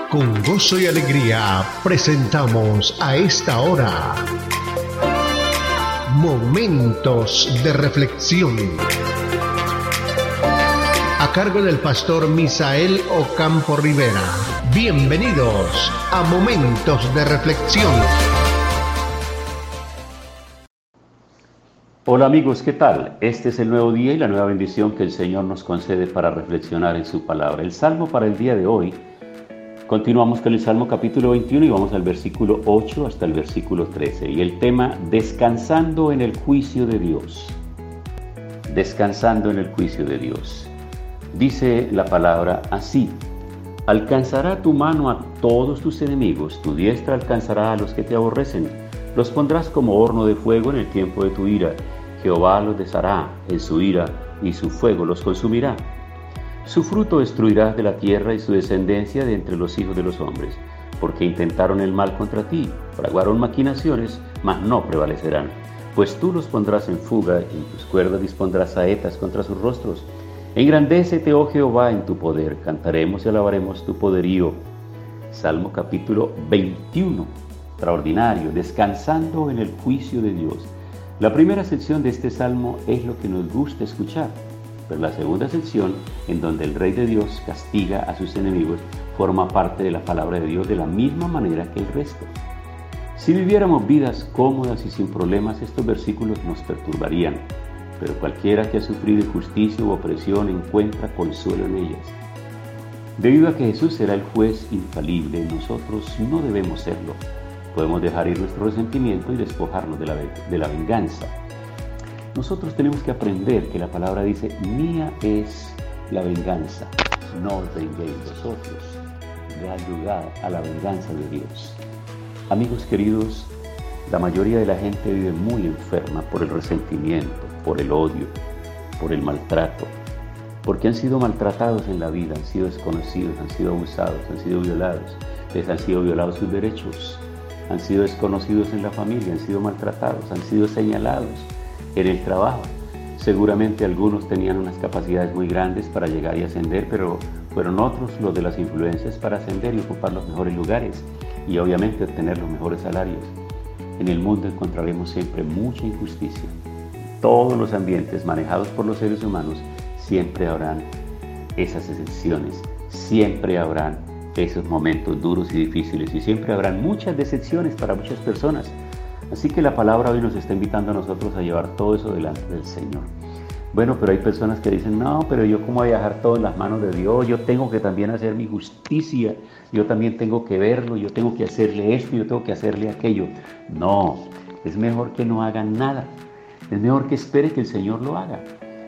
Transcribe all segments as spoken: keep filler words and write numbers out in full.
Con gozo y alegría presentamos a esta hora Momentos de Reflexión, a cargo del pastor Misael Ocampo Rivera. Bienvenidos a Momentos de Reflexión. Hola amigos, ¿qué tal? Este es el nuevo día y la nueva bendición que el Señor nos concede para reflexionar en su palabra. El Salmo para el día de hoy, continuamos con el Salmo capítulo veintiuno y vamos al versículo ocho hasta el versículo trece. Y el tema, descansando en el juicio de Dios. Descansando en el juicio de Dios. Dice la palabra así: alcanzará tu mano a todos tus enemigos, tu diestra alcanzará a los que te aborrecen. Los pondrás como horno de fuego en el tiempo de tu ira. Jehová los deshará en su ira, y su fuego los consumirá. Su fruto destruirás de la tierra y su descendencia de entre los hijos de los hombres, porque intentaron el mal contra ti, fraguaron maquinaciones, mas no prevalecerán. Pues tú los pondrás en fuga, en tus cuerdas dispondrás saetas contra sus rostros. Engrandécete, oh Jehová, en tu poder, cantaremos y alabaremos tu poderío. Salmo capítulo veintiuno, extraordinario, descansando en el juicio de Dios. La primera sección de este salmo es lo que nos gusta escuchar, pero la segunda sección, en donde el Rey de Dios castiga a sus enemigos, forma parte de la palabra de Dios de la misma manera que el resto. Si viviéramos vidas cómodas y sin problemas, estos versículos nos perturbarían, pero cualquiera que ha sufrido injusticia u opresión encuentra consuelo en ellas. Debido a que Jesús será el juez infalible, nosotros no debemos serlo. Podemos dejar ir nuestro resentimiento y despojarnos de la, de la venganza. Nosotros tenemos que aprender que la palabra dice: mía es la venganza, no os venguéis vosotros. Da lugar a la venganza de Dios. Amigos queridos, la mayoría de la gente vive muy enferma por el resentimiento, por el odio, por el maltrato, porque han sido maltratados en la vida, han sido desconocidos, han sido abusados, han sido violados, les han sido violados sus derechos, han sido desconocidos en la familia, han sido maltratados, han sido señalados en el trabajo. Seguramente algunos tenían unas capacidades muy grandes para llegar y ascender, pero fueron otros los de las influencias para ascender y ocupar los mejores lugares y obviamente obtener los mejores salarios. En el mundo encontraremos siempre mucha injusticia. En todos los ambientes manejados por los seres humanos siempre habrán esas excepciones, siempre habrán esos momentos duros y difíciles y siempre habrán muchas decepciones para muchas personas. Así que la palabra hoy nos está invitando a nosotros a llevar todo eso delante del Señor. Bueno, pero hay personas que dicen: no, pero yo cómo voy a dejar todo en las manos de Dios, yo tengo que también hacer mi justicia, yo también tengo que verlo, yo tengo que hacerle esto, yo tengo que hacerle aquello. No, es mejor que no hagan nada, es mejor que espere que el Señor lo haga.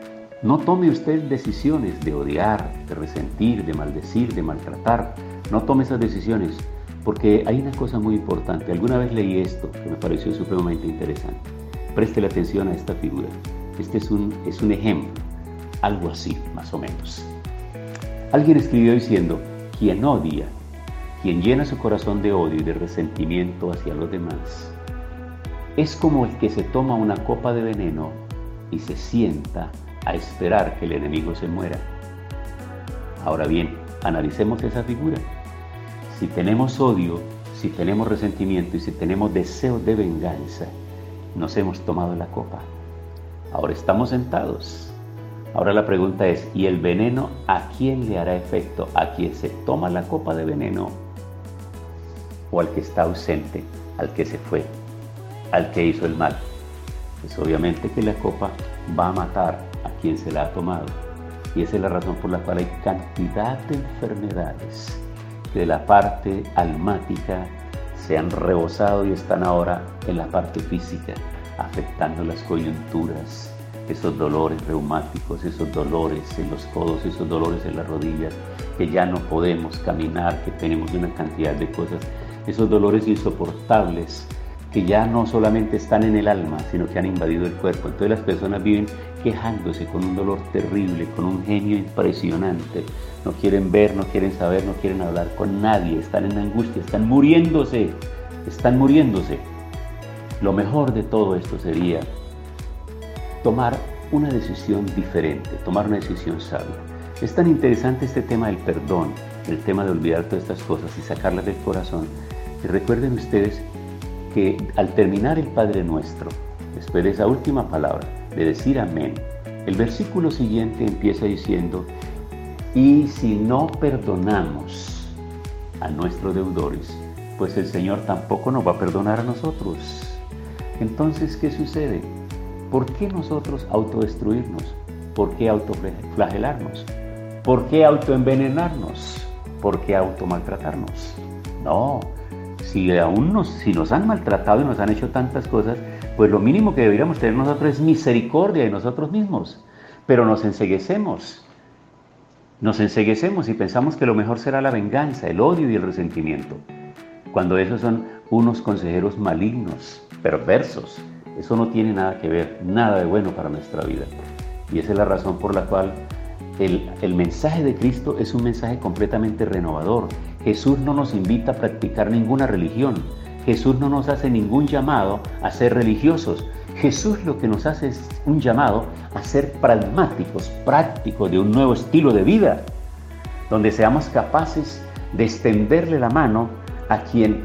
No tome usted decisiones de odiar, de resentir, de maldecir, de maltratar. No tome esas decisiones, porque hay una cosa muy importante. Alguna vez leí esto que me pareció supremamente interesante. Préstele atención a esta figura. Este es un, es un ejemplo, algo así, más o menos. Alguien escribió diciendo: quien odia, quien llena su corazón de odio y de resentimiento hacia los demás, es como el que se toma una copa de veneno y se sienta a esperar que el enemigo se muera. Ahora bien, analicemos esa figura. Si tenemos odio, si tenemos resentimiento y si tenemos deseos de venganza, nos hemos tomado la copa. Ahora estamos sentados. Ahora la pregunta es: ¿y el veneno a quién le hará efecto? ¿A quien se toma la copa de veneno o al que está ausente, al que se fue, al que hizo el mal? Pues obviamente que la copa va a matar a quien se la ha tomado. Y esa es la razón por la cual hay cantidad de enfermedades que de la parte almática se han rebosado y están ahora en la parte física, afectando las coyunturas, esos dolores reumáticos, esos dolores en los codos, esos dolores en las rodillas, que ya no podemos caminar, que tenemos una cantidad de cosas, esos dolores insoportables que ya no solamente están en el alma, sino que han invadido el cuerpo. Entonces las personas viven quejándose con un dolor terrible, con un genio impresionante. No quieren ver, no quieren saber, no quieren hablar con nadie, están en angustia, están muriéndose, están muriéndose. Lo mejor de todo esto sería tomar una decisión diferente, tomar una decisión sabia. Es tan interesante este tema del perdón, el tema de olvidar todas estas cosas y sacarlas del corazón. Y recuerden ustedes que al terminar el Padre Nuestro, después de esa última palabra, de decir amén, el versículo siguiente empieza diciendo: y si no perdonamos a nuestros deudores, pues el Señor tampoco nos va a perdonar a nosotros. Entonces, ¿qué sucede? ¿Por qué nosotros autodestruirnos? ¿Por qué autoflagelarnos? ¿Por qué autoenvenenarnos? ¿Por qué automaltratarnos? No, si aún nos, si nos han maltratado y nos han hecho tantas cosas, pues lo mínimo que deberíamos tener nosotros es misericordia de nosotros mismos. Pero nos enceguecemos, nos enceguecemos y pensamos que lo mejor será la venganza, el odio y el resentimiento, cuando esos son unos consejeros malignos, perversos. Eso no tiene nada que ver, nada de bueno para nuestra vida. Y esa es la razón por la cual el, el mensaje de Cristo es un mensaje completamente renovador. Jesús no nos invita a practicar ninguna religión. Jesús no nos hace ningún llamado a ser religiosos. Jesús lo que nos hace es un llamado a ser pragmáticos, prácticos, de un nuevo estilo de vida, donde seamos capaces de extenderle la mano a quien,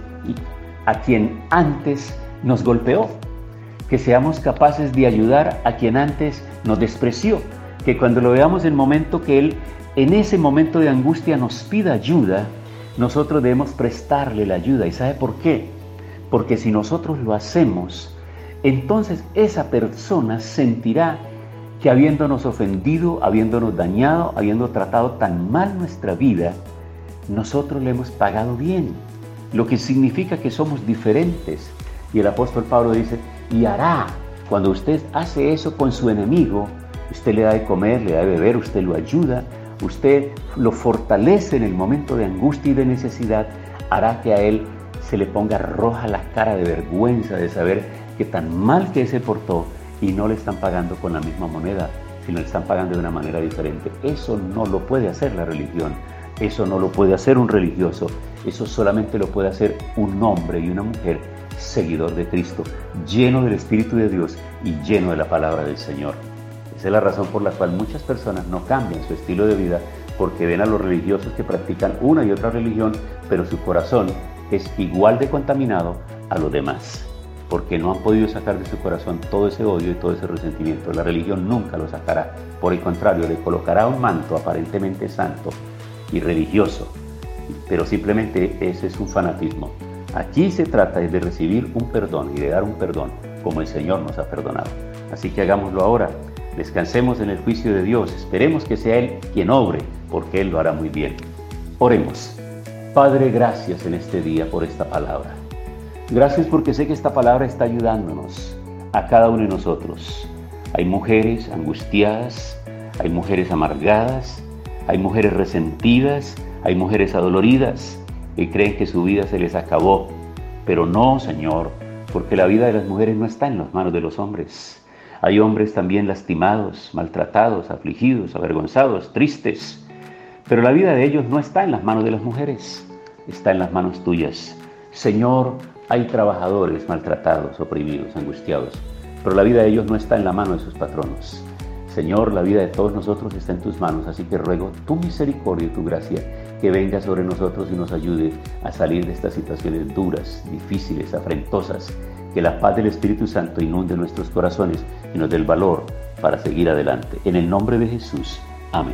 a quien antes nos golpeó, que seamos capaces de ayudar a quien antes nos despreció, que cuando lo veamos en el momento que Él, en ese momento de angustia, nos pida ayuda, nosotros debemos prestarle la ayuda. ¿Y sabe por qué? Porque si nosotros lo hacemos, entonces esa persona sentirá que habiéndonos ofendido, habiéndonos dañado, habiendo tratado tan mal nuestra vida, nosotros le hemos pagado bien, lo que significa que somos diferentes. Y el apóstol Pablo dice: y hará, cuando usted hace eso con su enemigo, usted le da de comer, le da de beber, usted lo ayuda, usted lo fortalece en el momento de angustia y de necesidad, hará que a él se le ponga roja la cara de vergüenza de saber que tan mal que se portó y no le están pagando con la misma moneda, sino le están pagando de una manera diferente. Eso no lo puede hacer la religión, eso no lo puede hacer un religioso, eso solamente lo puede hacer un hombre y una mujer seguidor de Cristo, lleno del Espíritu de Dios y lleno de la palabra del Señor. Esa es la razón por la cual muchas personas no cambian su estilo de vida, porque ven a los religiosos que practican una y otra religión, pero su corazón es igual de contaminado a los demás, porque no han podido sacar de su corazón todo ese odio y todo ese resentimiento. La religión nunca lo sacará, por el contrario, le colocará un manto aparentemente santo y religioso, pero simplemente ese es un fanatismo. Aquí se trata de recibir un perdón y de dar un perdón como el Señor nos ha perdonado. Así que hagámoslo ahora, descansemos en el juicio de Dios, esperemos que sea Él quien obre, porque Él lo hará muy bien. Oremos. Padre, gracias en este día por esta palabra. Gracias porque sé que esta palabra está ayudándonos a cada uno de nosotros. Hay mujeres angustiadas, hay mujeres amargadas, hay mujeres resentidas, hay mujeres adoloridas que creen que su vida se les acabó. Pero no, Señor, porque la vida de las mujeres no está en las manos de los hombres. Hay hombres también lastimados, maltratados, afligidos, avergonzados, tristes. Pero la vida de ellos no está en las manos de las mujeres, está en las manos tuyas. Señor, hay trabajadores maltratados, oprimidos, angustiados, pero la vida de ellos no está en la mano de sus patronos. Señor, la vida de todos nosotros está en tus manos, así que ruego tu misericordia y tu gracia que venga sobre nosotros y nos ayude a salir de estas situaciones duras, difíciles, afrentosas. Que la paz del Espíritu Santo inunde nuestros corazones y nos dé el valor para seguir adelante. En el nombre de Jesús. Amén.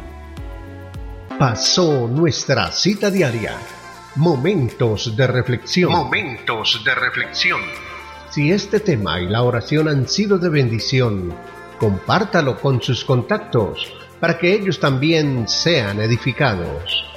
Pasó nuestra cita diaria. Momentos de reflexión. Momentos de reflexión. Si este tema y la oración han sido de bendición, compártalo con sus contactos para que ellos también sean edificados.